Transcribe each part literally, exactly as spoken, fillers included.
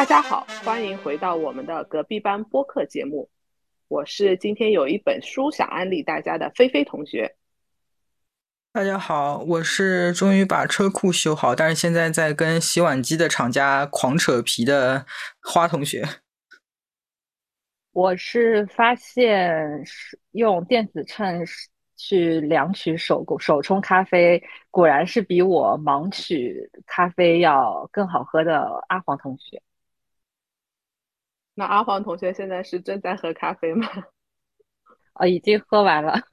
大家好，欢迎回到我们的隔壁班播客节目。我是今天有一本书想安利大家的菲菲同学。 大家好，我是终于把车库修好，但是现在在跟洗碗机的厂家狂扯皮的花同学。 我是发现是用电子秤是去量取手工手冲咖啡，果然是比我盲取咖啡要更好喝的阿黄同学。 那阿黄同学现在是正在喝咖啡吗？ 呃，已经喝完了。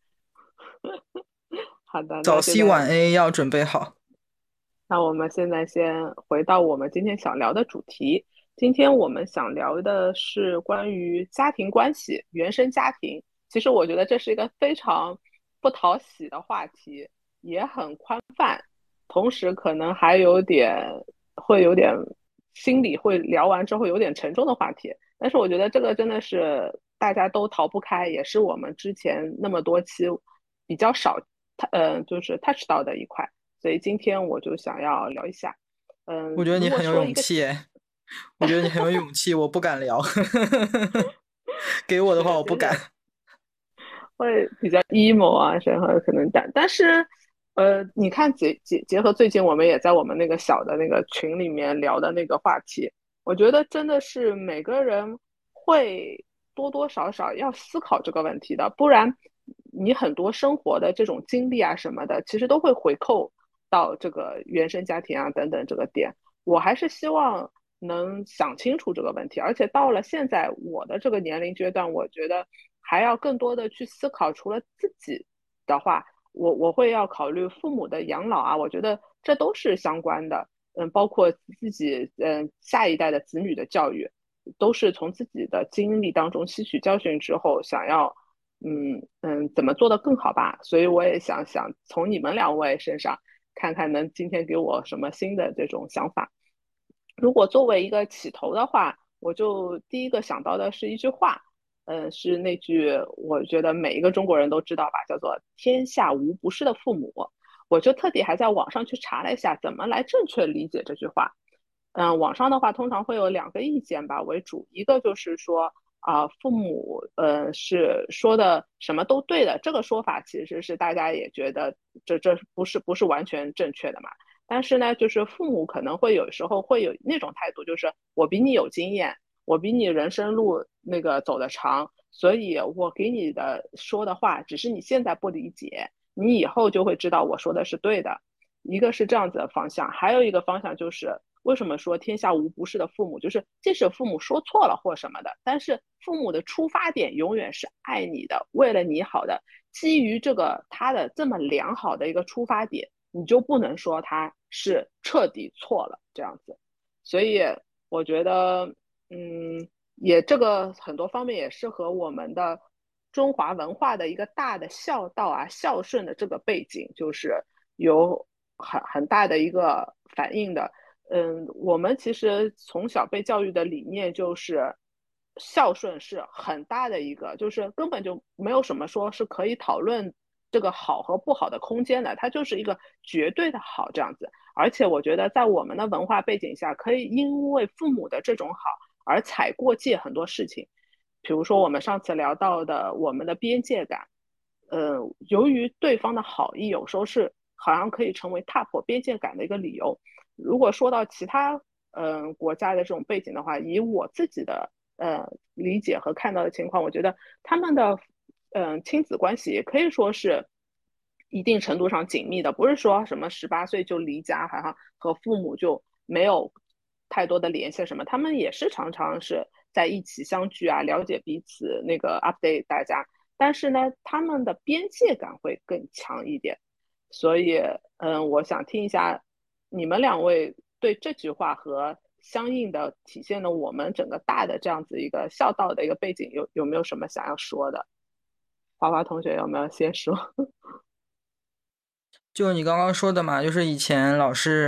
好的，那早现 C 晚在 A 要准备好。 那我们现在先回到我们今天想聊的主题。今天我们想聊的是关于家庭关系、原生家庭。其实我觉得这是一个非常不讨喜的话题，也很宽泛，同时可能还有点会有点心里会聊完之后有点沉重的话题。但是我觉得这个真的是大家都逃不开，也是我们之前那么多期比较少，呃，就是 touch 到的一块。所以今天我就想要聊一下，嗯， 我觉得如你很有勇果说一个气耶，我觉得你很有勇气，我不敢聊。给我的话， 是就是我不敢。 会比较 emo 啊，然后可能但但是，呃，你看结结结合最近我们也在我们那个小的那个群里面聊的那个话题，我觉得真的是每个人会多多少少要思考这个问题的，不然你很多生活的这种经历啊什么的，其实都会回扣到这个原生家庭啊等等这个点。我还是希望能想清楚这个问题，而且到了现在我的这个年龄阶段，我觉得还要更多的去思考，除了自己的话，我我会要考虑父母的养老啊，我觉得这都是相关的，嗯，包括自己嗯下一代的子女的教育，都是从自己的经历当中吸取教训之后，想要嗯嗯怎么做得更好吧，所以我也想想从你们两位身上看看能今天给我什么新的这种想法。如果作为一个起头的话，我就第一个想到的是一句话，嗯，是那句我觉得每一个中国人都知道吧，叫做"天下无不是的父母"。我就特地还在网上去查了一下，怎么来正确理解这句话。嗯，网上的话通常会有两个意见吧为主，一个就是说啊、呃父母呃是说的什么都对的，这个说法其实是大家也觉得这这不是不是完全正确的嘛。但是呢，就是父母可能会有时候会有那种态度，就是我比你有经验，我比你人生路那个走得长，所以我给你的说的话，只是你现在不理解，你以后就会知道我说的是对的。一个是这样子的方向，还有一个方向就是为什么说天下无不是的父母，就是即使父母说错了或什么的，但是父母的出发点永远是爱你的，为了你好的，基于这个他的这么良好的一个出发点。你就不能说他是彻底错了这样子。所以我觉得，嗯，也这个很多方面也是和我们的中华文化的一个大的孝道啊、孝顺的这个背景，就是有很很大的一个反应的。嗯，我们其实从小被教育的理念就是孝顺是很大的一个，就是根本就没有什么说是可以讨论这个好和不好的空间的，它就是一个绝对的好这样子。而且我觉得在我们的文化背景下，可以因为父母的这种好而踩过界很多事情，比如说我们上次聊到的我们的边界感，呃，由于对方的好意，有时候是好像可以成为踏破边界感的一个理由。如果说到其他嗯、呃国家的这种背景的话，以我自己的呃理解和看到的情况，我觉得他们的嗯、呃亲子关系也可以说是一定程度上紧密的，不是说什么十八岁就离家，好像和父母就没有太多的联系什么，他们也是常常是在一起相聚啊，了解彼此，那个 update 大家，但是呢，他们的边界感会更强一点。所以，嗯，我想听一下你们两位对这句话和相应的体现了我们整个大的这样子一个孝道的一个背景，有有没有什么想要说的？花花同学有没有先说？ 就你刚刚说的嘛，就是以前老是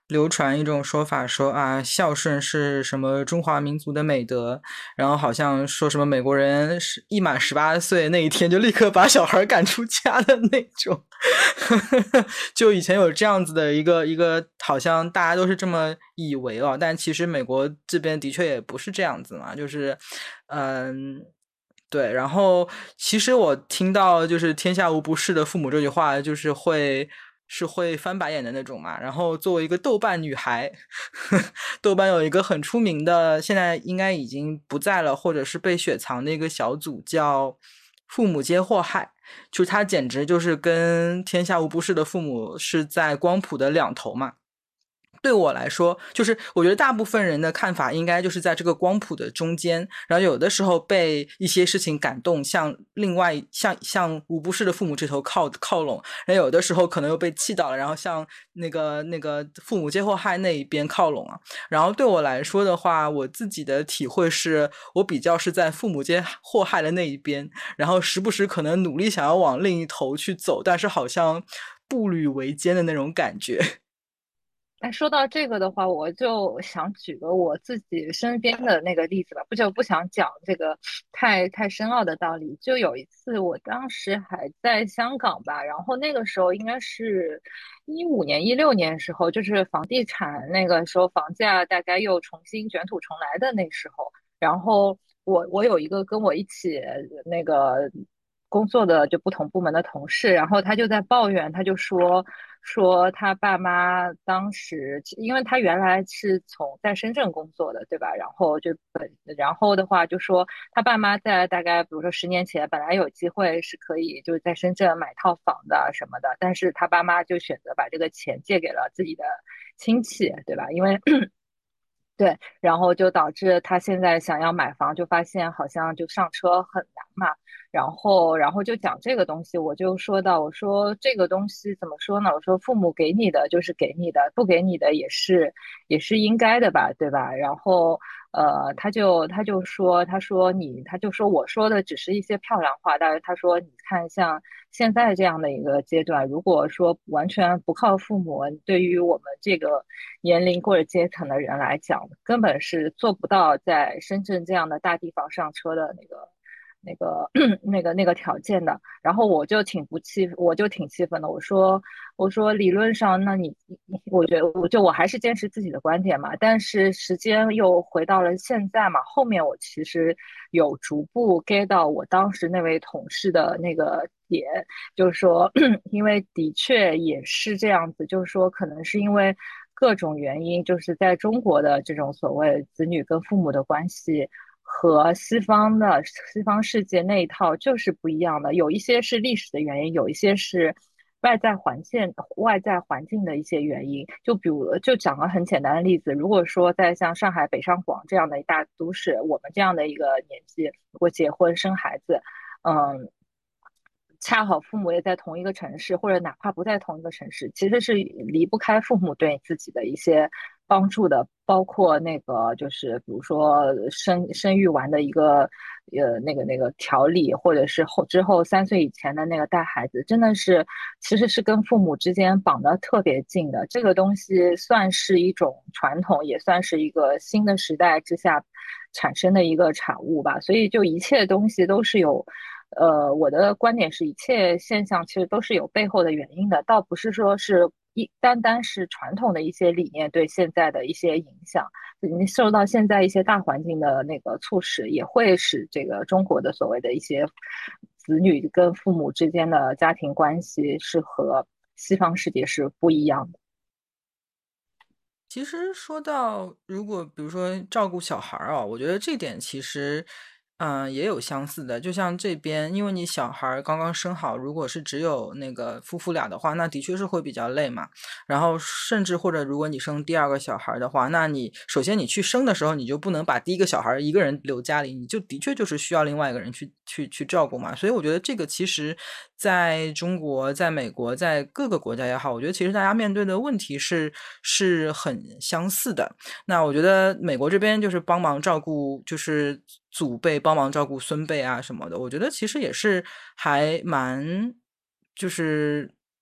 流传一种说法说啊，孝顺是什么中华民族的美德，然后好像说什么美国人是一满十八岁那一天就立刻把小孩赶出家的那种。就以前有这样子的一个一个，好像大家都是这么以为哦，但其实美国这边的确也不是这样子嘛，就是嗯。对，然后其实我听到就是天下无不是的父母这句话，就是会是会翻白眼的那种嘛。然后作为一个豆瓣女孩，豆瓣有一个很出名的，现在应该已经不在了，或者是被雪藏的一个小组叫父母皆祸害，就是他简直就是跟天下无不是的父母是在光谱的两头嘛。对我来说，就是我觉得大部分人的看法应该就是在这个光谱的中间，然后有的时候被一些事情感动，向另外向向无不是的父母这头靠靠拢，然后有的时候可能又被气到了，然后向那个那个父母皆祸害那一边靠拢啊。然后对我来说的话，我自己的体会是我比较是在父母皆祸害的那一边，然后时不时可能努力想要往另一头去走，但是好像步履维艰的那种感觉。 哎，说到这个的话，我就想举个我自己身边的那个例子吧，不就不想讲这个太太深奥的道理。就有一次，我当时还在香港吧，然后那个时候应该是一五年、一六年时候，就是房地产那个时候房价大概又重新卷土重来的那时候，然后我我有一个跟我一起那个工作的就不同部门的同事，然后他就在抱怨，他就说。说他爸妈当时，因为他原来是从在深圳工作的，对吧？然后就本，然后的话就说他爸妈在大概比如说十年前本来有机会是可以就是在深圳买套房的什么的，但是他爸妈就选择把这个钱借给了自己的亲戚，对吧？因为对，然后就导致他现在想要买房，就发现好像就上车很难嘛。然后，然后就讲这个东西，我就说到，我说这个东西怎么说呢？我说父母给你的就是给你的，不给你的也是也是应该的吧，对吧？然后，呃，他就他就说，他说你，他就说我说的只是一些漂亮话，但是他说你看像现在这样的一个阶段，如果说完全不靠父母，对于我们这个年龄或者阶层的人来讲，根本是做不到在深圳这样的大地方上车的那个。那个、那个、那个条件的，然后我就挺不气，我就挺气愤的。我说，我说理论上，那你，我觉得我就我还是坚持自己的观点嘛。但是时间又回到了现在嘛，后面我其实有逐步 get 到我当时那位同事的那个点，就是说，因为的确也是这样子，就是说，可能是因为各种原因，就是在中国的这种所谓子女跟父母的关系。和西方的西方世界那一套就是不一样的，有一些是历史的原因，有一些是外在环境外在环境的一些原因。就比如，就讲个很简单的例子，如果说在像上海北上广这样的一大都市，我们这样的一个年纪，如果结婚生孩子，嗯。恰好父母也在同一个城市，或者哪怕不在同一个城市，其实是离不开父母对自己的一些帮助的，包括那个就是比如说生生育完的一个呃那个那个调理，或者是后之后三岁以前的那个带孩子，真的是其实是跟父母之间绑得特别近的。这个东西算是一种传统，也算是一个新的时代之下产生的一个产物吧。所以就一切东西都是有。呃，我的观点是一切现象其实都是有背后的原因的，倒不是说是一单单是传统的一些理念对现在的一些影响，你受到现在一些大环境的那个促使，也会使这个中国的所谓的一些子女跟父母之间的家庭关系是和西方世界是不一样的。 其实说到，如果比如说照顾小孩儿啊，我觉得这点其实，嗯、也有相似的。就像这边，因为你小孩儿刚刚生好，如果是只有那个夫妇俩的话，那的确是会比较累嘛。然后甚至或者如果你生第二个小孩儿的话，那你首先你去生的时候，你就不能把第一个小孩儿一个人留家里，你就的确就是需要另外一个人去去去照顾嘛。所以我觉得这个其实在中国、在美国、在各个国家也好，我觉得其实大家面对的问题是是很相似的。那我觉得美国这边就是帮忙照顾，就是祖辈帮忙照顾孙辈啊什么的，我觉得其实也是还蛮就是。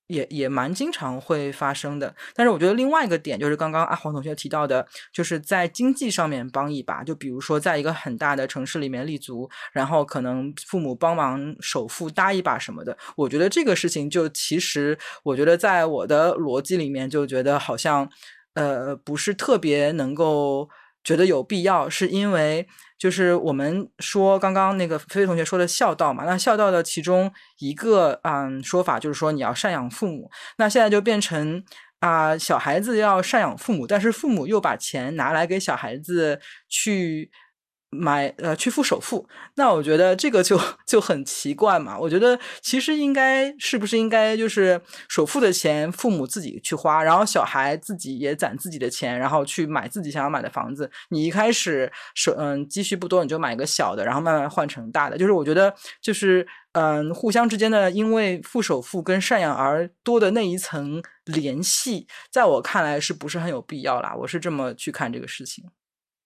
也也蛮经常会发生的。但是我觉得另外一个点就是刚刚阿黄同学提到的，就是在经济上面帮一把，就比如说在一个很大的城市里面立足，然后可能父母帮忙首付搭一把什么的，我觉得这个事情就其实我觉得在我的逻辑里面就觉得好像呃不是特别能够觉得有必要，是因为就是我们说刚刚那个菲菲同学说的孝道嘛，那孝道的其中一个嗯说法就是说你要赡养父母，那现在就变成啊、呃、小孩子要赡养父母，但是父母又把钱拿来给小孩子去买呃去付首付，那我觉得这个就就很奇怪嘛。我觉得其实应该是不是应该就是首付的钱父母自己去花，然后小孩自己也攒自己的钱，然后去买自己想要买的房子。你一开始是嗯积蓄不多，你就买个小的，然后慢慢换成大的。就是我觉得就是嗯互相之间的因为付首付跟赡养而多的那一层联系，在我看来是不是很有必要啦？我是这么去看这个事情。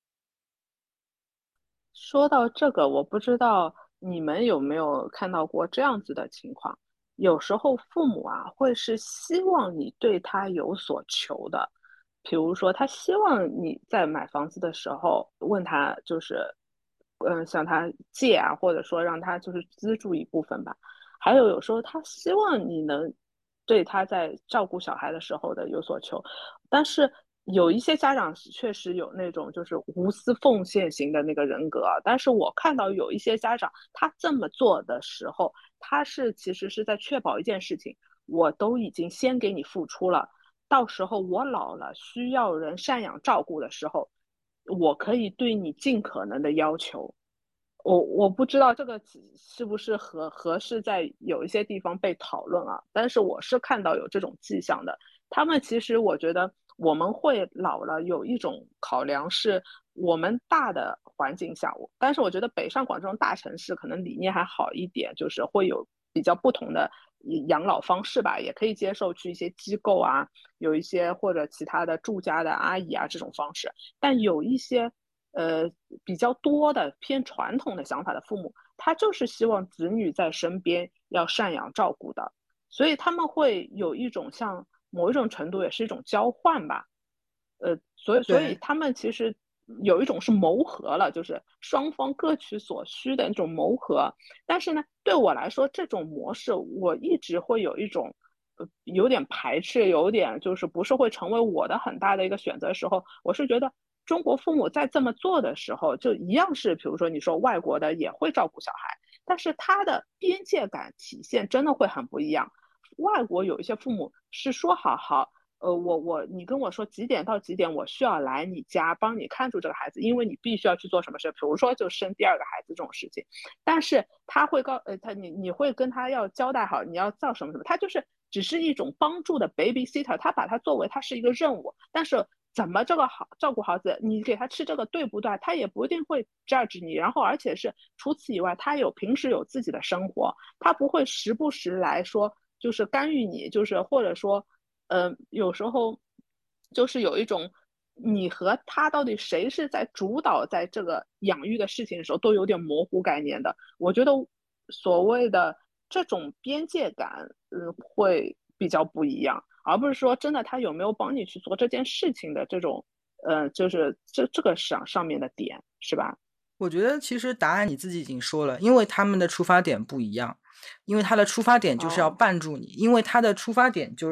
说到这个，我不知道你们有没有看到过这样子的情况。有时候父母啊，会是希望你对他有所求的。比如说，他希望你在买房子的时候问他，就是，嗯，向他借啊，或者说让他就是资助一部分吧。还有有时候他希望你能对他在照顾小孩的时候的有所求，但是有一些家长确实有那种就是无私奉献型的那个人格，但是我看到有一些家长他这么做的时候，他是其实是在确保一件事情，我都已经先给你付出了，到时候我老了需要人赡养照顾的时候，我可以对你尽可能的要求。我我不知道这个是不是合合适在有一些地方被讨论啊，但是我是看到有这种迹象的。他们其实我觉得我们会老了有一种考量是我们大的环境下，但是我觉得北上广这种大城市可能理念还好一点，就是会有比较不同的养老方式吧，也可以接受去一些机构啊，有一些或者其他的住家的阿姨啊这种方式，但有一些呃比较多的偏传统的想法的父母，他就是希望子女在身边要赡养照顾的，所以他们会有一种像某一种程度也是一种交换吧，呃，所以所以对， 他们其实有一种是谋合了，就是双方各取所需的那种谋合。但是呢，对我来说，这种模式我一直会有一种呃有点排斥，有点就是不是会成为我的很大的一个选择的时候，我是觉得中国父母在这么做的时候，就一样是，比如说你说外国的也会照顾小孩，但是他的边界感体现真的会很不一样。外国有一些父母是说好好，呃，我我你跟我说几点到几点我需要来你家帮你看住这个孩子，因为你必须要去做什么事，比如说就生第二个孩子这种事情，但是他会告呃他你你会跟他要交代好你要造什么什么，他就是只是一种帮助的 babysitter，他把它作为他是一个任务，但是怎么这个好照顾好子，你给他吃这个对不对，他也不一定会 judge 你，然后而且是除此以外，他有平时有自己的生活，他不会时不时来说就是干预你，就是或者说呃，有时候就是有一种你和他到底谁是在主导在这个养育的事情的时候，都有点模糊概念的。我觉得所谓的这种边界感，嗯，会比较不一样，而不是说真的他有没有帮你去做这件事情的这种，呃，就是这这个上上面的点，是吧？ 我觉得其实答案你自己已经说了，因为他们的出发点不一样，因为他的出发点就是要哦， 帮助你，因为他的出发点就是，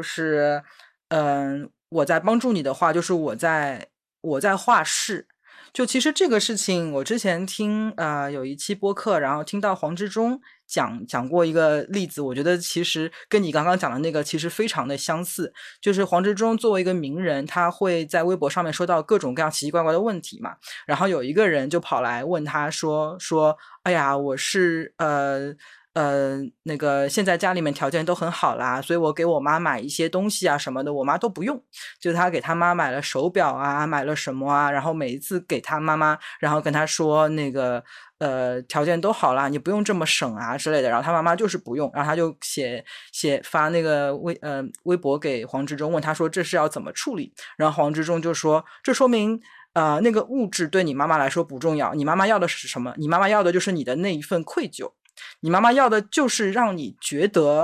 嗯、我在帮助你的话，就是我在我在画事。就其实这个事情，我之前听呃有一期播客，然后听到黄志忠讲讲过一个例子，我觉得其实跟你刚刚讲的那个其实非常的相似。就是黄志忠作为一个名人，他会在微博上面收到各种各样奇奇怪怪的问题嘛。然后有一个人就跑来问他说说，哎呀，我是呃呃那个现在家里面条件都很好啦，所以我给我妈买一些东西啊什么的，我妈都不用，就他给他妈买了手表啊，买了什么啊，然后每一次给他妈妈，然后跟他说那个呃条件都好啦，你不用这么省啊之类的，然后他妈妈就是不用，然后他就写写发那个微呃微博给黄志忠，问他说这是要怎么处理，然后黄志忠就说这说明。呃，那个物质对你妈妈来说不重要，你妈妈要的是什么？你妈妈要的就是你的那一份愧疚，你妈妈要的就是让你觉得，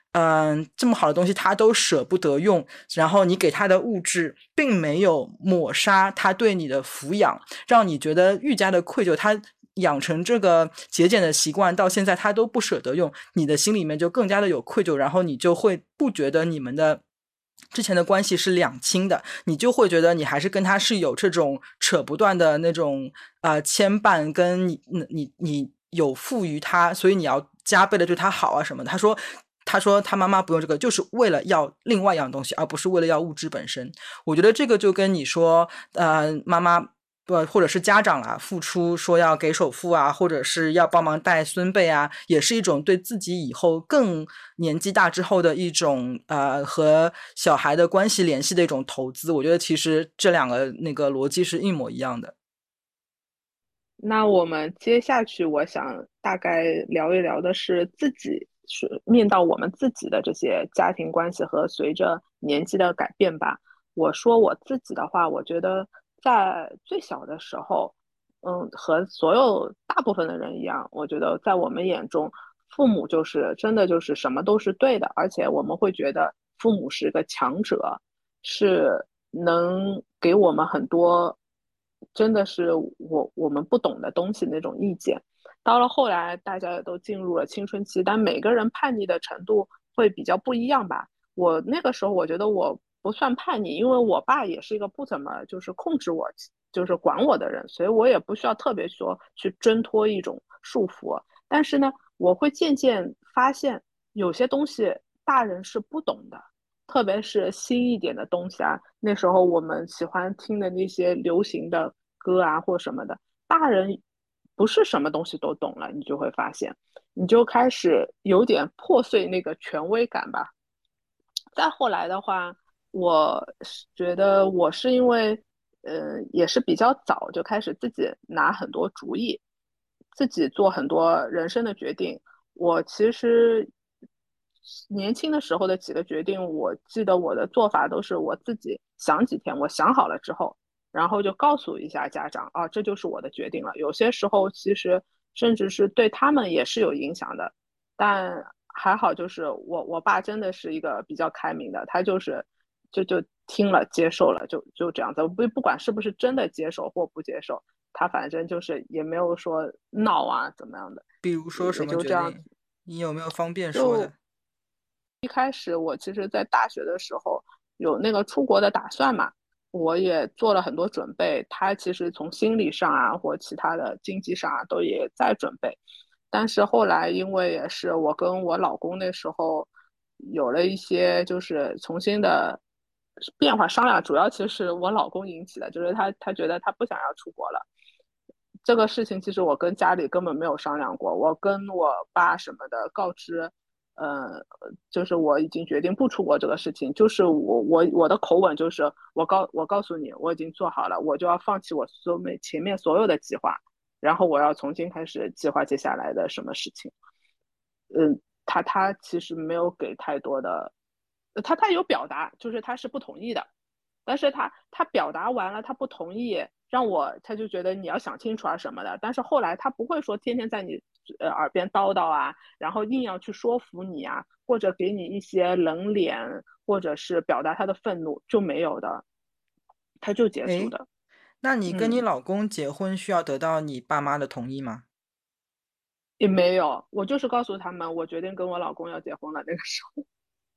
嗯、呃，这么好的东西他都舍不得用，然后你给他的物质并没有抹杀他对你的抚养，让你觉得愈加的愧疚。他养成这个节俭的习惯到现在他都不舍得用，你的心里面就更加的有愧疚，然后你就会不觉得你们的之前的关系是两清的，你就会觉得你还是跟他是有这种扯不断的那种呃牵绊，跟你你你有负于他，所以你要加倍的对他好啊什么的。他说他说他妈妈不用这个就是为了要另外一样东西，而不是为了要物质本身。我觉得这个就跟你说呃妈妈不，或者是家长啊，付出说要给首付啊，或者是要帮忙带孙辈啊，也是一种对自己以后更年纪大之后的一种呃和小孩的关系联系的一种投资。我觉得其实这两个那个逻辑是一模一样的。 那我们接下去，我想大概聊一聊的是自己是面到我们自己的这些家庭关系和随着年纪的改变吧。我说我自己的话，我觉得在最小的时候，嗯，和所有大部分的人一样，我觉得在我们眼中，父母就是真的就是什么都是对的，而且我们会觉得父母是个强者，是能给我们很多真的是我我们不懂的东西那种意见。到了后来，大家也都进入了青春期，但每个人叛逆的程度会比较不一样吧。我那个时候我觉得我不算叛逆，因为我爸也是一个不怎么就是控制我，就是管我的人，所以我也不需要特别说去挣脱一种束缚。但是呢，我会渐渐发现有些东西大人是不懂的，特别是新一点的东西啊，那时候我们喜欢听的那些流行的歌啊或什么的，大人不是什么东西都懂了，你就会发现，你就开始有点破碎那个权威感吧。再后来的话，我是觉得我是因为，呃，也是比较早就开始自己拿很多主意，自己做很多人生的决定。我其实年轻的时候的几个决定，我记得我的做法都是我自己想几天，我想好了之后，然后就告诉一下家长啊，这就是我的决定了。有些时候其实甚至是对他们也是有影响的，但还好，就是我我爸真的是一个比较开明的，他就是就就听了接受了，就就这样子，不不管是不是真的接受或不接受，他反正就是也没有说闹啊怎么样的， 比如说什也么决定， 就这样子。 你有没有方便说就的？ 一开始我其实，在大学的时候有那个出国的打算嘛，我也做了很多准备。他其实从心理上啊，或其他的经济上啊，都也在准备。但是后来，因为也是我跟我老公那时候有了一些就是重新的变化商量，主要其实是我老公引起的，就是他他觉得他不想要出国了。这个事情其实我跟家里根本没有商量过，我跟我爸什么的告知，呃，就是我已经决定不出国这个事情，就是我我我的口吻就是我告我告诉你我已经做好了，我就要放弃我所面前面所有的计划，然后我要重新开始计划接下来的什么事情。嗯，他他其实没有给太多的，他他有表达，就是他是不同意的，但是他他表达完了，他不同意，让我他就觉得你要想清楚啊什么的，但是后来他不会说天天在你呃耳边叨叨啊，然后硬要去说服你啊，或者给你一些冷脸，或者是表达他的愤怒，就没有的，他就结束诶， 的。 那你跟你嗯， 老公结婚需要得到你爸妈的同意吗？ 也没有，我就是告诉他们，我决定跟我老公要结婚了。那个时候。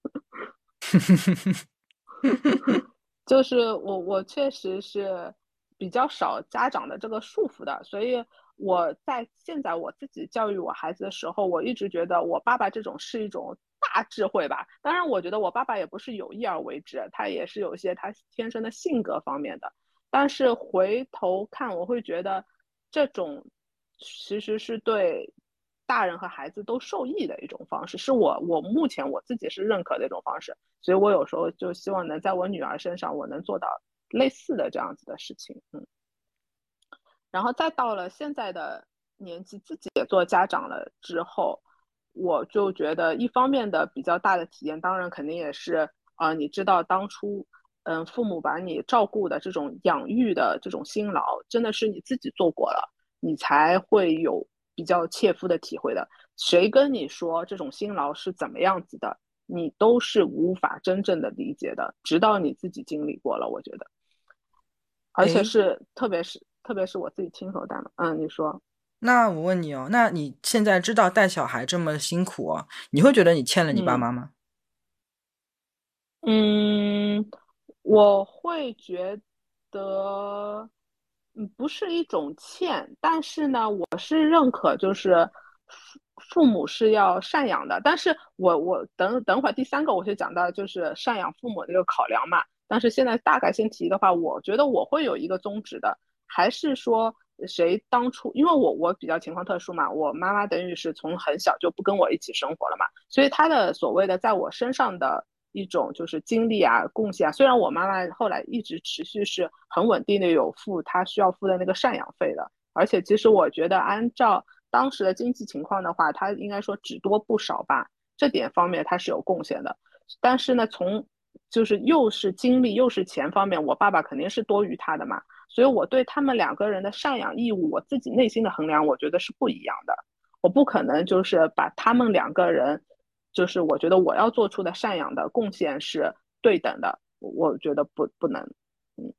就是我我确实是比较少家长的这个束缚的，所以我在现在我自己教育我孩子的时候，我一直觉得我爸爸这种是一种大智慧吧。当然，我觉得我爸爸也不是有意而为之，他也是有一些他天生的性格方面的。但是回头看，我会觉得这种其实是对大人和孩子都受益的一种方式，是我我目前我自己是认可的一种方式。所以我有时候就希望能在我女儿身上，我能做到类似的这样子的事情。嗯，然后再到了现在的年纪，自己也做家长了之后，我就觉得一方面的比较大的体验，当然肯定也是啊、呃你知道当初嗯父母把你照顾的这种养育的这种辛劳，真的是你自己做过了，你才会有比较切肤的体会的。谁跟你说这种辛劳是怎么样子的？ 你都是无法真正的理解的，直到你自己经历过了，我觉得。而且诶， 是特别是特别是我自己亲手带嘛。嗯，你说。 那我问你哦，那你现在知道带小孩这么辛苦哦，你会觉得你欠了你爸嗯妈吗？ 嗯，我会觉得，嗯，不是一种欠，但是呢，我是认可，就是父父母是要赡养的。但是我我等等会儿第三个我就讲到就是赡养父母的一个考量嘛。但是现在大概先提的话，我觉得我会有一个宗旨的，还是说谁当初，因为我我比较情况特殊嘛，我妈妈等于是从很小就不跟我一起生活了嘛，所以她的所谓的在我身上的一种就是经历啊、贡献啊。虽然我妈妈后来一直持续是很稳定的有付她需要付的那个赡养费的，而且其实我觉得按照当时的经济情况的话，她应该说只多不少吧，这点方面她是有贡献的。但是呢，从就是又是精力又是钱方面，我爸爸肯定是多于他的嘛，所以我对他们两个人的赡养义务，我自己内心的衡量，我觉得是不一样的。我不可能就是把他们两个人，就是我觉得我要做出的赡养的贡献是对等的，我觉得不不能。嗯，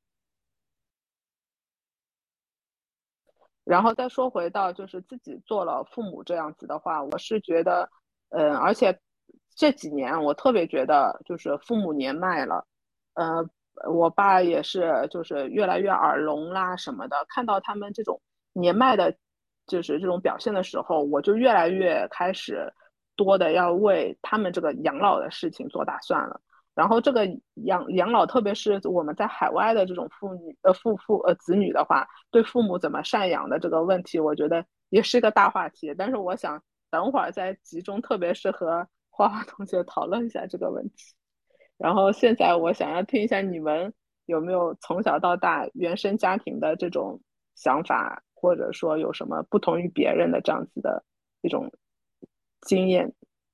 然后再说回到就是自己做了父母这样子的话，我是觉得，嗯，而且这几年我特别觉得就是父母年迈了，呃，我爸也是就是越来越耳聋啦什么的，看到他们这种年迈的，就是这种表现的时候，我就越来越开始多的要为他们这个养老的事情做打算了。然后这个养养老，特别是我们在海外的这种父女呃父父呃子女的话，对父母怎么赡养的这个问题，我觉得也是一个大话题。但是我想等会儿再集中，特别是和花花同学讨论一下这个问题。然后现在我想要听一下你们有没有从小到大原生家庭的这种想法，或者说有什么不同于别人的这样子的一种经验。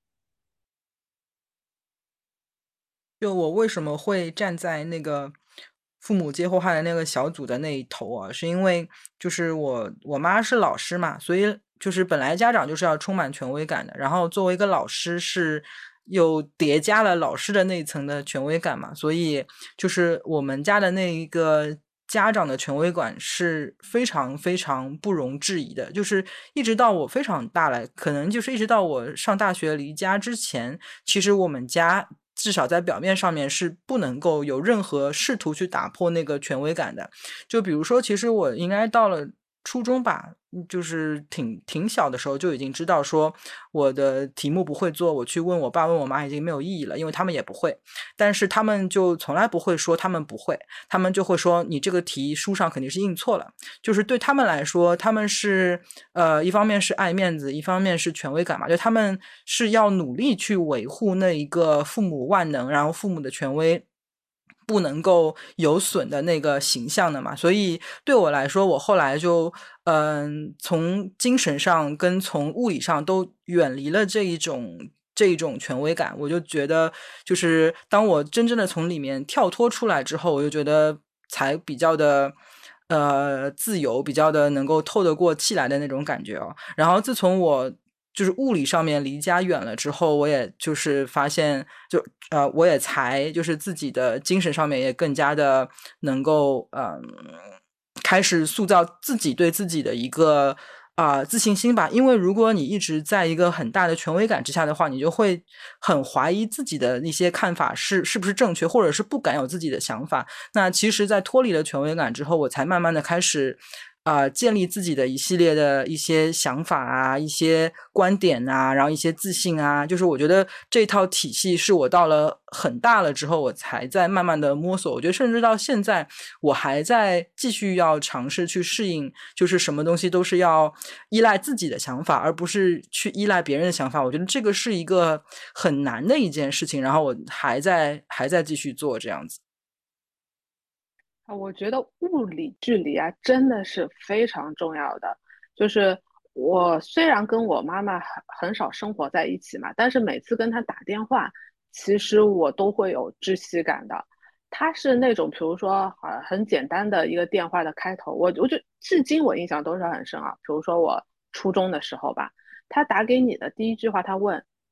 就我为什么会站在那个父母接祸害的那个小组的那一头啊？是因为就是我我妈是老师嘛，所以就是本来家长就是要充满权威感的，然后作为一个老师是又叠加了老师的那一层的权威感嘛，所以就是我们家的那一个家长的权威感是非常非常不容置疑的，就是一直到我非常大了，可能就是一直到我上大学离家之前，其实我们家至少在表面上面是不能够有任何试图去打破那个权威感的。就比如说，其实我应该到了初中吧，就是挺挺小的时候就已经知道说我的题目不会做，我去问我爸问我妈已经没有意义了，因为他们也不会。但是他们就从来不会说他们不会，他们就会说你这个题书上肯定是印错了。就是对他们来说，他们是呃一方面是爱面子，一方面是权威感嘛，就他们是要努力去维护那一个父母万能，然后父母的权威不能够有损的那个形象的嘛。所以对我来说，我后来就嗯、呃从精神上跟从物理上都远离了这一种这一种权威感。我就觉得，就是当我真正的从里面跳脱出来之后，我就觉得才比较的呃自由，比较的能够透得过气来的那种感觉哦。然后自从我就是物理上面离家远了之后，我也就是发现，就呃，我也才就是自己的精神上面也更加的能够嗯、呃、开始塑造自己对自己的一个啊、呃、自信心吧。因为如果你一直在一个很大的权威感之下的话，你就会很怀疑自己的一些看法是是不是正确，或者是不敢有自己的想法。那其实，在脱离了权威感之后，我才慢慢的开始。啊、呃，建立自己的一系列的一些想法啊，一些观点啊，然后一些自信啊，就是我觉得这套体系是我到了很大了之后，我才在慢慢的摸索。我觉得甚至到现在，我还在继续要尝试去适应，就是什么东西都是要依赖自己的想法，而不是去依赖别人的想法。我觉得这个是一个很难的一件事情，然后我还在还在继续做这样子。 啊，我觉得物理距离啊，真的是非常重要的。就是我虽然跟我妈妈很很少生活在一起嘛，但是每次跟她打电话，其实我都会有窒息感的。她是那种，比如说很很简单的一个电话的开头，我我就至今我印象都是很深啊。比如说我初中的时候吧，她打给你的第一句话，她问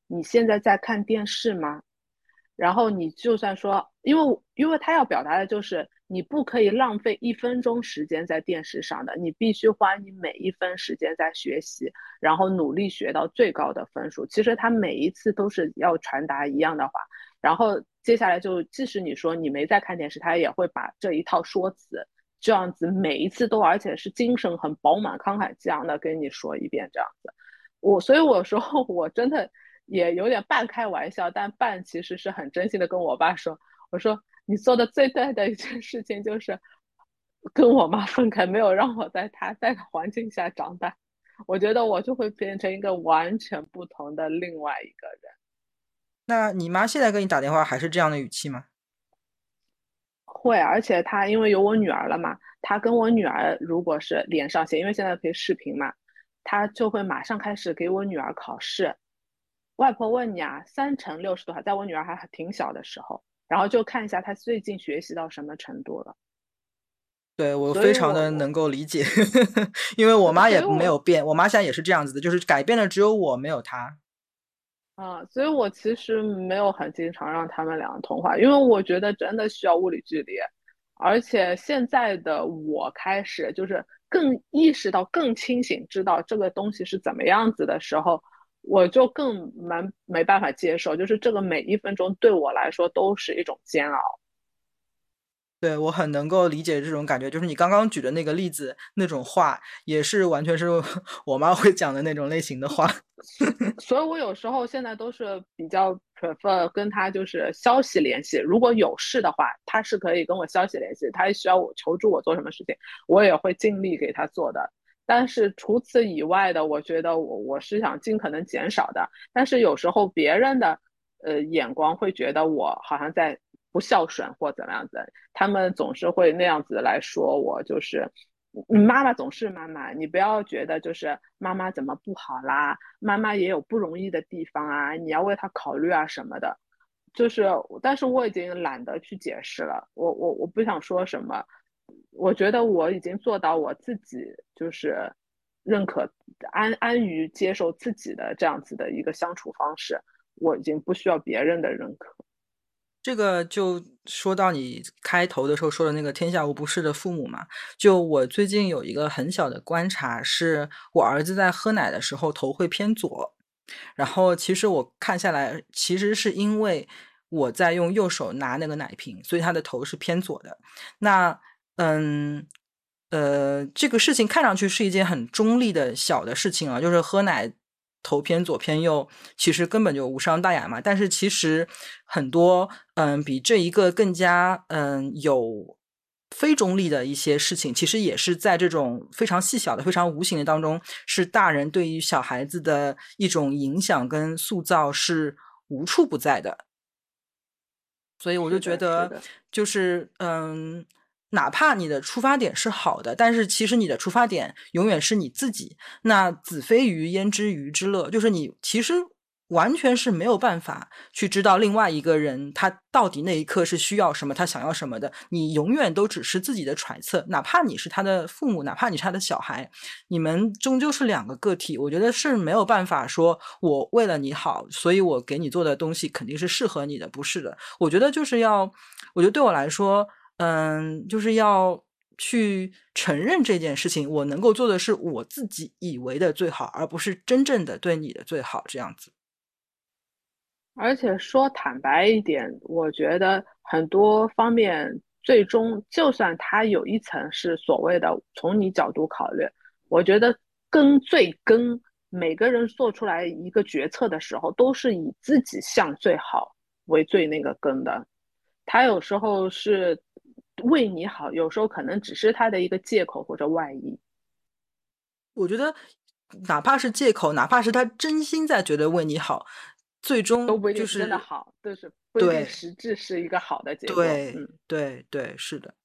你现在在看电视吗？然后你就算说，因为因为他要表达的就是你不可以浪费一分钟时间在电视上的，你必须花你每一分时间在学习，然后努力学到最高的分数。其实他每一次都是要传达一样的话，然后接下来就即使你说你没在看电视，他也会把这一套说辞这样子每一次都而且是精神很饱满慷慨激昂的跟你说一遍这样子。我所以我说我真的也有点半开玩笑，但半其实是很真心的跟我爸说，我说你做的最对的一件事情就是跟我妈分开，没有让我在她在的环境下长大，我觉得我就会变成一个完全不同的另外一个人。 那你妈现在跟你打电话还是这样的语气吗？ 会，而且她因为有我女儿了嘛，她跟我女儿如果是连上线，因为现在可以视频嘛，她就会马上开始给我女儿考试。外婆问你啊，三乘六是多少？在我女儿还挺小的时候，然后就看一下她最近学习到什么程度了。 对，我所以非常我我的能够理解，因为我妈也所以我没有变，我妈现在也是这样子的，就是改变的只有我，没有她。 啊，所以我其实没有很经常让他们两个通话，因为我觉得真的需要物理距离，而且现在的我开始就是更意识到、更清醒，知道这个东西是怎么样子的时候，我就更没没办法接受，就是这个每一分钟对我来说都是一种煎熬。 对，我很能够理解这种感觉，就是你刚刚举的那个例子，那种话也是完全是我妈会讲的那种类型的话。 所以我有时候现在都是比较 prefer 跟他就是消息联系，如果有事的话，他是可以跟我消息联系，他需要我求助我做什么事情，我也会尽力给他做的。但是除此以外的，我觉得我我是想尽可能减少的。但是有时候别人的呃眼光会觉得我好像在不孝顺或怎么样子，他们总是会那样子来说我，就是你妈妈总是妈妈，你不要觉得就是妈妈怎么不好啦，妈妈也有不容易的地方啊，你要为她考虑啊什么的。就是，但是我已经懒得去解释了，我我我不想说什么，我觉得我已经做到我自己就是认可安安于接受自己的这样子的一个相处方式，我已经不需要别人的认可。 这个就说到你开头的时候说的那个天下无不是的父母嘛，就我最近有一个很小的观察，是我儿子在喝奶的时候头会偏左，然后其实我看下来，其实是因为我在用右手拿那个奶瓶，所以他的头是偏左的。那嗯呃，这个事情看上去是一件很中立的小的事情啊，就是喝奶头偏左偏右，其实根本就无伤大雅嘛。但是其实很多嗯比这一个更加嗯有非中立的一些事情，其实也是在这种非常细小的、非常无形的当中，是大人对于小孩子的一种影响跟塑造是无处不在的。所以我就是的，是觉得， 的。 就是嗯，哪怕你的出发点是好的，但是其实你的出发点永远是你自己。那子非鱼，焉知鱼之乐？就是你其实完全是没有办法去知道另外一个人他到底那一刻是需要什么，他想要什么的。你永远都只是自己的揣测，哪怕你是他的父母，哪怕你是他的小孩，你们终究是两个个体。我觉得是没有办法说我为了你好，所以我给你做的东西肯定是适合你的，不是的。我觉得就是要，我觉得对我来说，嗯，就是要去承认这件事情，我能够做的是我自己以为的最好，而不是真正的对你的最好，这样子。 而且说坦白一点，我觉得很多方面最终，就算它有一层是所谓的从你角度考虑，我觉得根最根，每个人做出来一个决策的时候，都是以自己向最好为最那个根的。他有时候是为你好，有时候可能只是他的一个借口或者外衣。 我觉得哪怕是借口，哪怕是他真心在觉得为你好，最终就都不一定是真的是好，就是不一定对实质是一个好的结果。 对嗯。 对对，是的。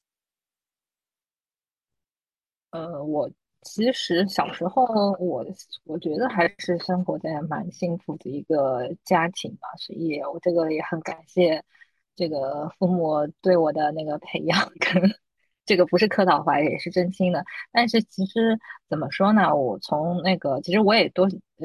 呃，我其实小时候我我觉得还是生活在蛮幸福的一个家庭吧，所以我这个也很感谢这个父母对我的那个培养跟这个不是客套话，也是真心的。但是其实怎么说呢，我从那个其实我也多呃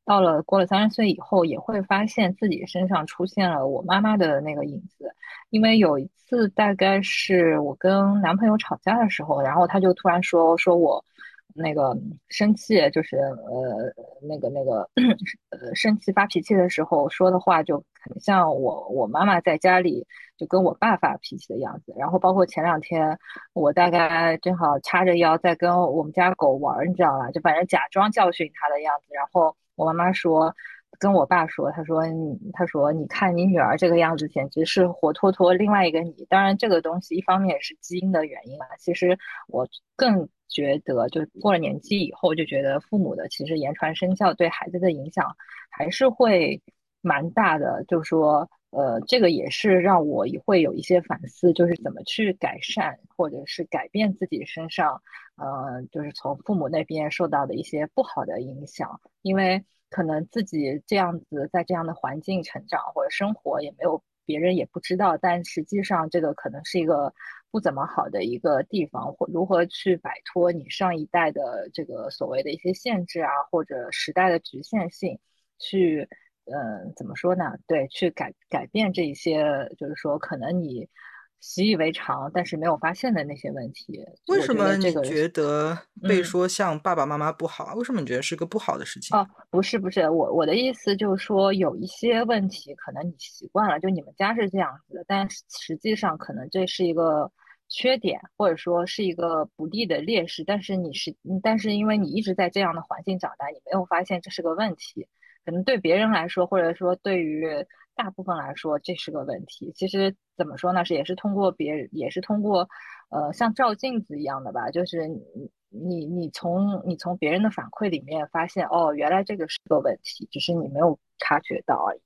到了过了三十岁以后，也会发现自己身上出现了我妈妈的那个影子。因为有一次，大概是我跟男朋友吵架的时候，然后他就突然说说我那个生气，就是呃那个那个呃生气发脾气的时候说的话，就很像我我妈妈在家里就跟我爸发脾气的样子。然后包括前两天，我大概正好叉着腰在跟我们家狗玩儿，你知道吧？就反正假装教训它的样子。然后我妈妈说，跟我爸说，他说你，他说你看你女儿这个样子，简直是活脱脱另外一个你。当然，这个东西一方面也是基因的原因嘛。其实我更觉得，就过了年纪以后，就觉得父母的其实言传身教对孩子的影响还是会蛮大的。就说，呃，这个也是让我也会有一些反思，就是怎么去改善或者是改变自己身上，呃，就是从父母那边受到的一些不好的影响。因为可能自己这样子在这样的环境成长或者生活，也没有别人也不知道，但实际上这个可能是一个不怎么好的一个地方，或如何去摆脱你上一代的这个所谓的一些限制啊，或者时代的局限性，去嗯、呃怎么说呢？对，去改改变这一些，就是说可能你习以为常，但是没有发现的那些问题。 为什我觉得这个， 么你觉得被嗯。 说像爸爸妈妈不好啊？为什么你觉得是个不好的事情？ 哦，不是不是，我我的意思就是说，有一些问题可能你习惯了，就你们家是这样子的，但是实际上可能这是一个缺点，或者说是一个不利的劣势。但是你是，嗯但是因为你一直在这样的环境长大，你没有发现这是个问题。可能对别人来说，或者说对于大部分来说，这是个问题。其实怎么说呢，是也是通过别人，也是通过呃像照镜子一样的吧，就是你你你从你从别人的反馈里面发现，哦，原来这个是个问题，只是你没有察觉到而已。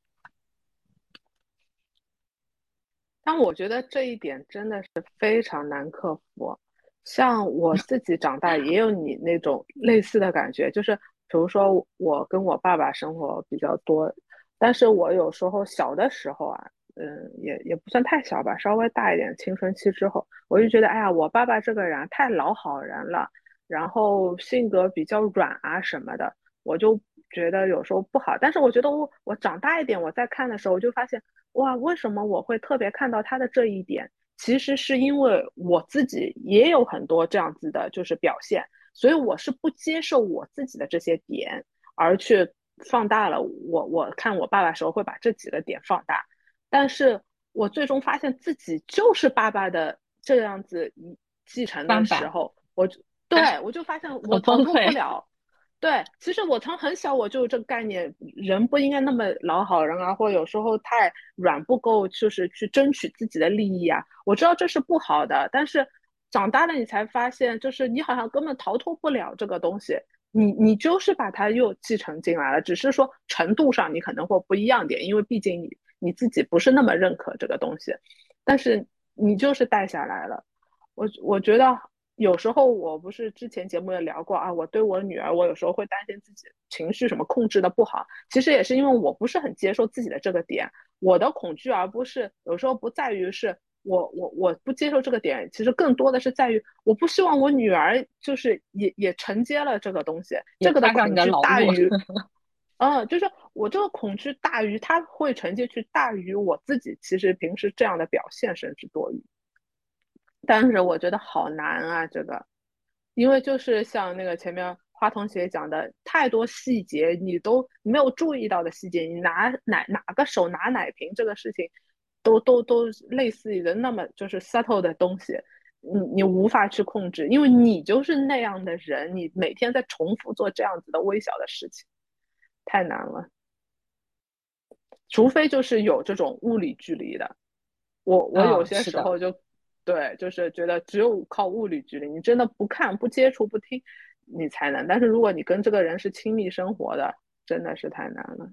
但我觉得这一点真的是非常难克服。像我自己长大也有你那种类似的感觉，就是比如说我跟我爸爸生活比较多，但是我有时候小的时候啊，嗯，也也不算太小吧，稍微大一点，青春期之后，我就觉得，哎呀，我爸爸这个人啊太老好人了，然后性格比较软啊什么的，我就觉得有时候不好。但是我觉得我我长大一点，我在看的时候，我就发现，哇，为什么我会特别看到他的这一点？其实是因为我自己也有很多这样子的，就是表现，所以我是不接受我自己的这些点，而去放大了我我看我爸爸的时候会把这几个点放大，但是我最终发现自己就是爸爸的这样子继承的翻版时候，我就对我就发现我很逃脱不崩溃。 了。对，其实我从很小我就有这个概念，人不应该那么老好人啊，或者有时候太软不够，就是去争取自己的利益啊。我知道这是不好的，但是长大了你才发现，就是你好像根本逃脱不了这个东西，你你就是把它又继承进来了，只是说程度上你可能会不一样点，因为毕竟你你自己不是那么认可这个东西，但是你就是带下来了。我我觉得有时候我不是之前节目也聊过啊，我对我女儿，我有时候会担心自己情绪什么控制的不好，其实也是因为我不是很接受自己的这个点，我的恐惧而不是有时候不在于是我我我不接受这个点，其实更多的是在于我不希望我女儿就是也也承接了这个东西，这个的也踏上你恐惧的老路。 大于。嗯，就是我这个恐惧大于他会承接去大于我自己，其实平时这样的表现甚至多余。但是我觉得好难啊，这个，因为就是像那个前面花同学讲的，太多细节你都没有注意到的细节，你拿哪哪个手拿奶瓶这个事情，都都都类似于的那么就是 subtle 的东西，你你无法去控制，因为你就是那样的人，你每天在重复做这样子的微小的事情，太难了。除非就是有这种物理距离的，我我有嗯， 些是的。 时候就对，就是觉得只有靠物理距离，你真的不看、不接触、不听，你才能。但是如果你跟这个人是亲密生活的，真的是太难了。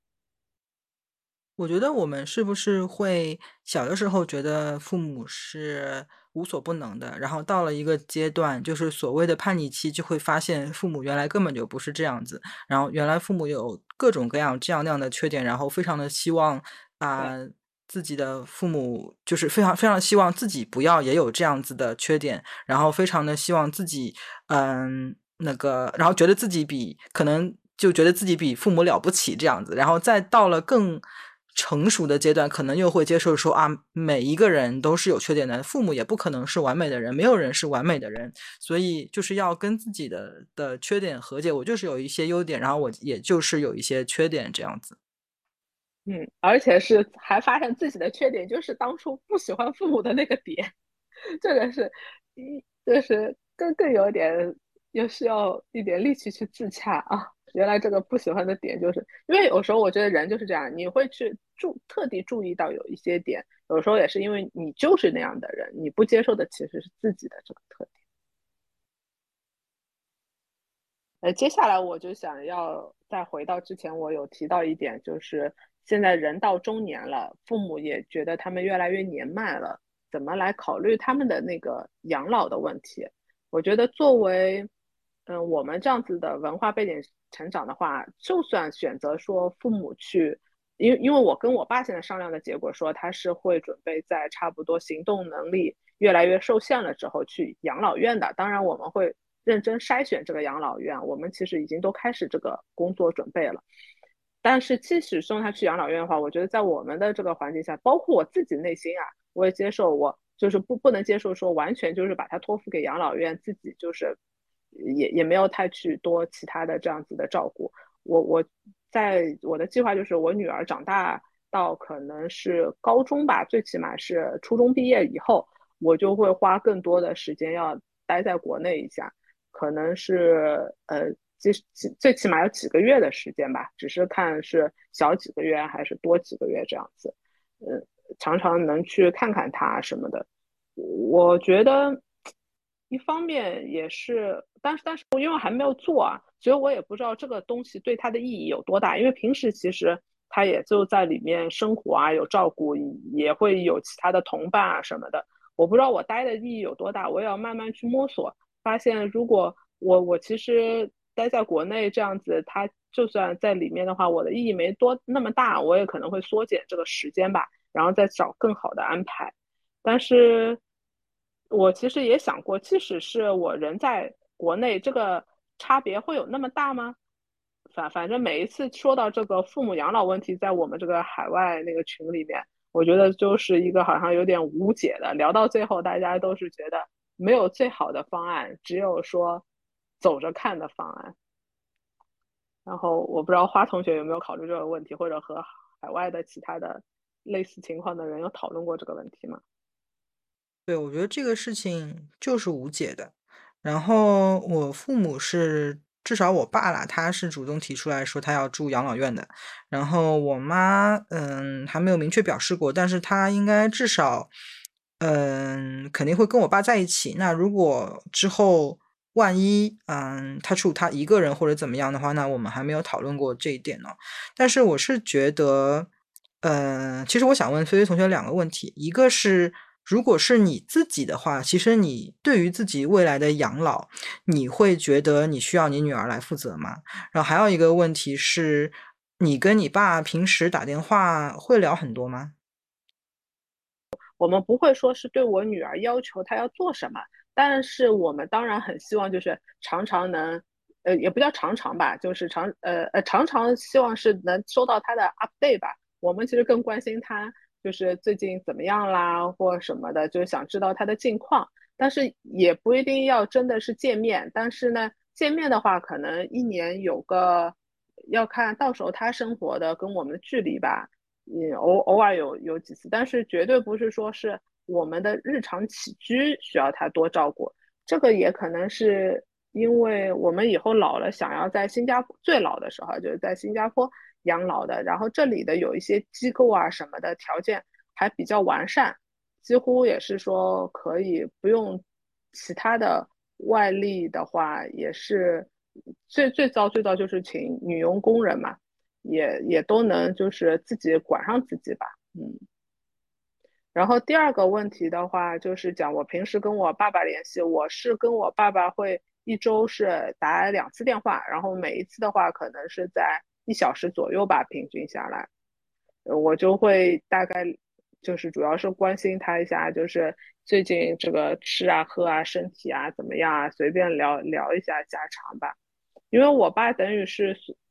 我觉得我们是不是会小的时候觉得父母是无所不能的，然后到了一个阶段，就是所谓的叛逆期，就会发现父母原来根本就不是这样子，然后原来父母有各种各样这样那样的缺点，然后非常的希望啊、 对， 自己的父母就是非常非常希望自己不要也有这样子的缺点，然后非常的希望自己嗯那个，然后觉得自己比可能就觉得自己比父母了不起这样子，然后再到了更成熟的阶段，可能又会接受说啊，每一个人都是有缺点的，父母也不可能是完美的人，没有人是完美的人，所以就是要跟自己的的缺点和解，我就是有一些优点，然后我也就是有一些缺点这样子。 嗯，而且是还发现自己的缺点就是当初不喜欢父母的那个点，这个是，一就是更更有点，又需要一点力气去自洽啊。原来这个不喜欢的点，就是因为有时候我觉得人就是这样，你会去注特地注意到有一些点，有时候也是因为你就是那样的人，你不接受的其实是自己的这个特点。呃，接下来我就想要再回到之前我有提到一点，就是现在人到中年了，父母也觉得他们越来越年迈了，怎么来考虑他们的那个养老的问题？我觉得作为嗯我们这样子的文化背景成长的话，就算选择说父母去，因为因为我跟我爸现在商量的结果说，他是会准备在差不多行动能力越来越受限了之后去养老院的。当然我们会认真筛选这个养老院，我们其实已经都开始这个工作准备了。但是即使送他去养老院的话，我觉得在我们的这个环境下，包括我自己内心啊，我也接受，我就是不不能接受说完全就是把他托付给养老院，自己就是也也没有太去多其他的这样子的照顾。我我在我的计划就是我女儿长大到可能是高中吧，最起码是初中毕业以后，我就会花更多的时间要待在国内一下。可能是呃，最最起码有几个月的时间吧，只是看是小几个月还是多几个月这样子。嗯，常常能去看看他什么的。我觉得一方面也是，但是但是因为我还没有做啊，所以我也不知道这个东西对他的意义有多大。因为平时其实他也就在里面生活啊，有照顾，也会有其他的同伴啊什么的。我不知道我待的意义有多大，我也要慢慢去摸索。发现如果我我其实待在国内这样子，它就算在里面的话，我的意义没多那么大，我也可能会缩减这个时间吧，然后再找更好的安排。但是我其实也想过，即使是我人在国内，这个差别会有那么大吗？反反正每一次说到这个父母养老问题，在我们这个海外那个群里面，我觉得就是一个好像有点无解的，聊到最后，大家都是觉得没有最好的方案，只有说走着看的方案。然后我不知道花同学有没有考虑这个问题，或者和海外的其他的类似情况的人有讨论过这个问题吗？ 对，我觉得这个事情就是无解的。然后我父母是，至少我爸啦，他是主动提出来说他要住养老院的。然后我妈，嗯，还没有明确表示过，但是她应该至少，嗯，肯定会跟我爸在一起。那如果之后万一，嗯，他住他一个人或者怎么样的话，那我们还没有讨论过这一点呢。但是我是觉得，呃，其实我想问菲菲同学两个问题，一个是，如果是你自己的话，其实你对于自己未来的养老，你会觉得你需要你女儿来负责吗？然后还有一个问题是，你跟你爸平时打电话会聊很多吗？ 我们不会说是对我女儿要求她要做什么，但是我们当然很希望就是常常能，呃，也不叫常常吧，就是常呃呃常常希望是能收到她的 update 吧。我们其实更关心她就是最近怎么样啦，或什么的，就是想知道她的近况。但是也不一定要真的是见面，但是呢，见面的话可能一年有个要看到时候她生活的跟我们的距离吧。也偶偶尔有有几次，但是绝对不是说是我们的日常起居需要他多照顾。这个也可能是因为我们以后老了，想要在新加坡最老的时候就是在新加坡养老的，然后这里的有一些机构啊什么的条件还比较完善，几乎也是说可以不用其他的外力的话，也是最最糟最糟就是请女佣工人嘛。也也都能就是自己管上自己吧，嗯。然后第二个问题的话，就是讲我平时跟我爸爸联系，我是跟我爸爸会一周是打两次电话，然后每一次的话可能是在一小时左右吧，平均下来，呃我就会大概就是主要是关心他一下，就是最近这个吃啊喝啊身体啊怎么样啊，随便聊聊一下家常吧。因为我爸等于是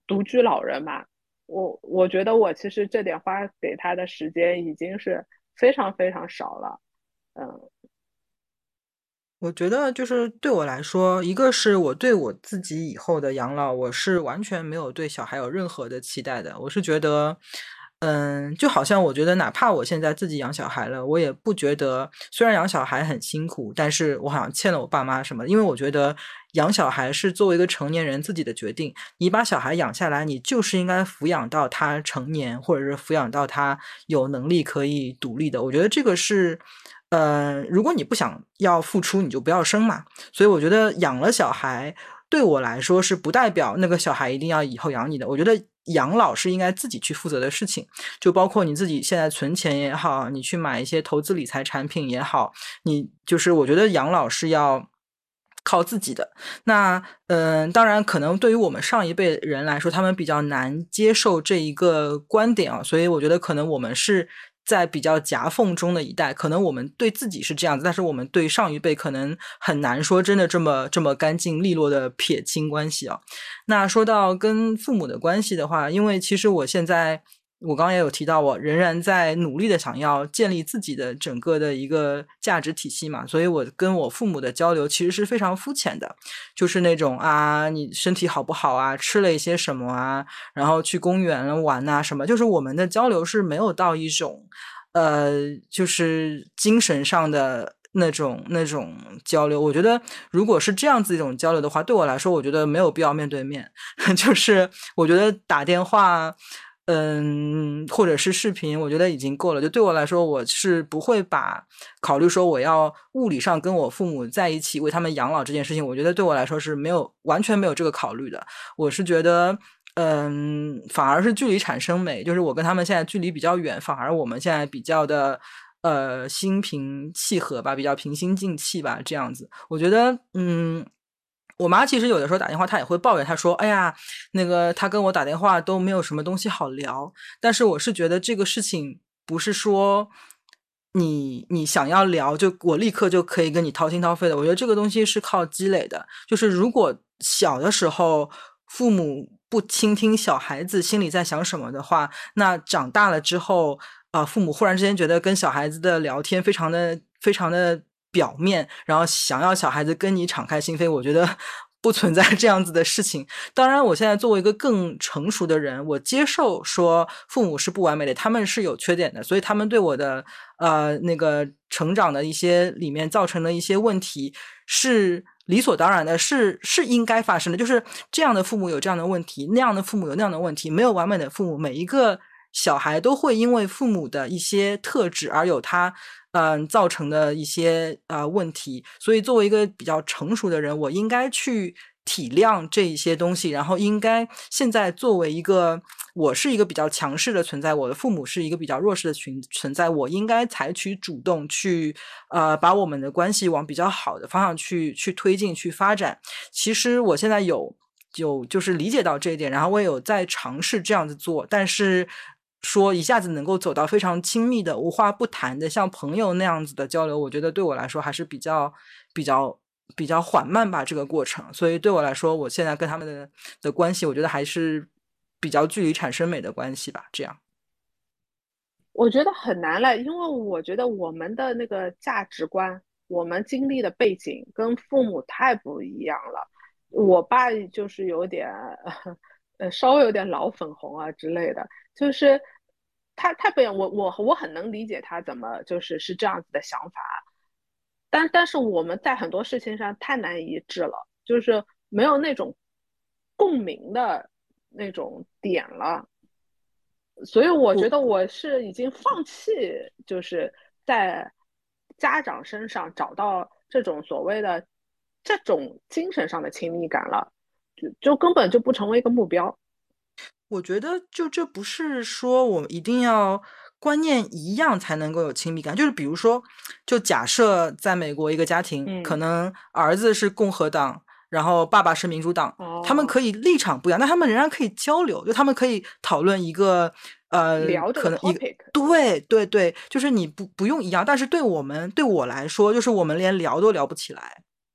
独居老人嘛，我我觉得我其实这点花给他的时间已经是非常非常少了。嗯， 我觉得就是对我来说，一个是我对我自己以后的养老，我是完全没有对小孩有任何的期待的。我是觉得，嗯，就好像我觉得，哪怕我现在自己养小孩了，我也不觉得，虽然养小孩很辛苦，但是我好像欠了我爸妈什么。因为我觉得养小孩是作为一个成年人自己的决定，你把小孩养下来，你就是应该抚养到他成年，或者是抚养到他有能力可以独立的。我觉得这个是。呃，如果你不想要付出，你就不要生嘛。所以我觉得养了小孩，对我来说是不代表那个小孩一定要以后养你的。我觉得养老是应该自己去负责的事情，就包括你自己现在存钱也好，你去买一些投资理财产品也好，你就是我觉得养老是要靠自己的。那嗯、呃，当然可能对于我们上一辈人来说，他们比较难接受这一个观点啊，所以我觉得可能我们是在比较夹缝中的一代，可能我们对自己是这样子，但是我们对上一辈可能很难说真的这么这么干净利落的撇清关系啊。那说到跟父母的关系的话，因为其实我现在我刚刚也有提到，我仍然在努力的想要建立自己的整个的一个价值体系嘛，所以我跟我父母的交流其实是非常肤浅的，就是那种啊，你身体好不好啊，吃了一些什么啊，然后去公园玩啊什么，就是我们的交流是没有到一种呃，就是精神上的那种那种交流。我觉得如果是这样子一种交流的话，对我来说我觉得没有必要面对面就是我觉得打电话嗯，或者是视频，我觉得已经够了。就对我来说，我是不会把考虑说我要物理上跟我父母在一起为他们养老这件事情，我觉得对我来说是没有完全没有这个考虑的。我是觉得嗯，反而是距离产生美，就是我跟他们现在距离比较远，反而我们现在比较的呃心平气和吧，比较平心静气吧，这样子。我觉得嗯。我妈其实有的时候打电话，她也会抱怨，她说：“哎呀，那个她跟我打电话都没有什么东西好聊。”但是我是觉得这个事情不是说你你想要聊就我立刻就可以跟你掏心掏肺的。我觉得这个东西是靠积累的，就是如果小的时候父母不倾听小孩子心里在想什么的话，那长大了之后啊、呃，父母忽然之间觉得跟小孩子的聊天非常的非常的表面，然后想要小孩子跟你敞开心扉，我觉得不存在这样子的事情。当然我现在作为一个更成熟的人，我接受说父母是不完美的，他们是有缺点的，所以他们对我的呃那个成长的一些里面造成的一些问题是理所当然的，是是应该发生的。就是这样的父母有这样的问题，那样的父母有那样的问题，没有完美的父母，每一个小孩都会因为父母的一些特质而有他嗯、呃、造成的一些呃问题。所以作为一个比较成熟的人，我应该去体谅这一些东西，然后应该现在作为一个我是一个比较强势的存在，我的父母是一个比较弱势的群存在，我应该采取主动去呃把我们的关系往比较好的方向去去推进去发展。其实我现在有有就是理解到这一点，然后我也有在尝试这样子做，但是说一下子能够走到非常亲密的无话不谈的像朋友那样子的交流，我觉得对我来说还是比较比较比较缓慢吧这个过程。所以对我来说，我现在跟他们的的关系，我觉得还是比较距离产生美的关系吧，这样。 我觉得很难了，因为我觉得我们的那个价值观，我们经历的背景跟父母太不一样了。我爸就是有点，呃，稍微有点老粉红啊之类的，就是他他不我我我很能理解他怎么就是是这样子的想法，但但是我们在很多事情上太难一致了，就是没有那种共鸣的那种点了。所以我觉我得我是已经放弃，就是在家长身上找到这种所谓的这种精神上的亲密感了，就就根本就不成为一个目标。 我觉得就这不是说我们一定要观念一样才能够有亲密感，就是比如说，就假设在美国一个家庭，可嗯， 能儿子是共和党，然后爸爸是民主党，他们哦， 可以立场不一样，但他们仍然可以交流，就他们可以讨论一个呃， 聊这个可能一个 topic， 对对对，就是你不不用一样，但是对我们对我来说，就是我们连聊都聊不起来。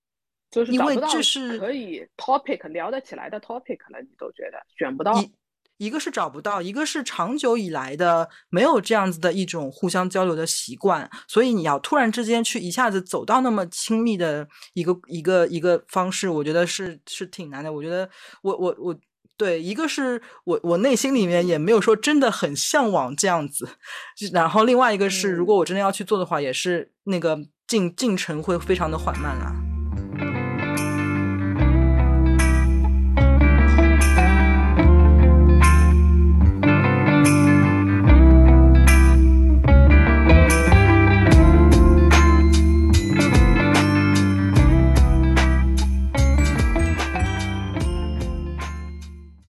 就是因为找不到这是可以 topic 聊得起来的 topic 了，你都觉得选不到。 一一个是找不到，一个是长久以来的没有这样子的一种互相交流的习惯，所以你要突然之间去一下子走到那么亲密的一个一个一个方式，我觉得是是挺难的。我觉得我我我对，一个是我我内心里面也没有说真的很向往这样子，然后另外一个是如果我真的要去做的话，也是那个进进程会非常的缓慢啦。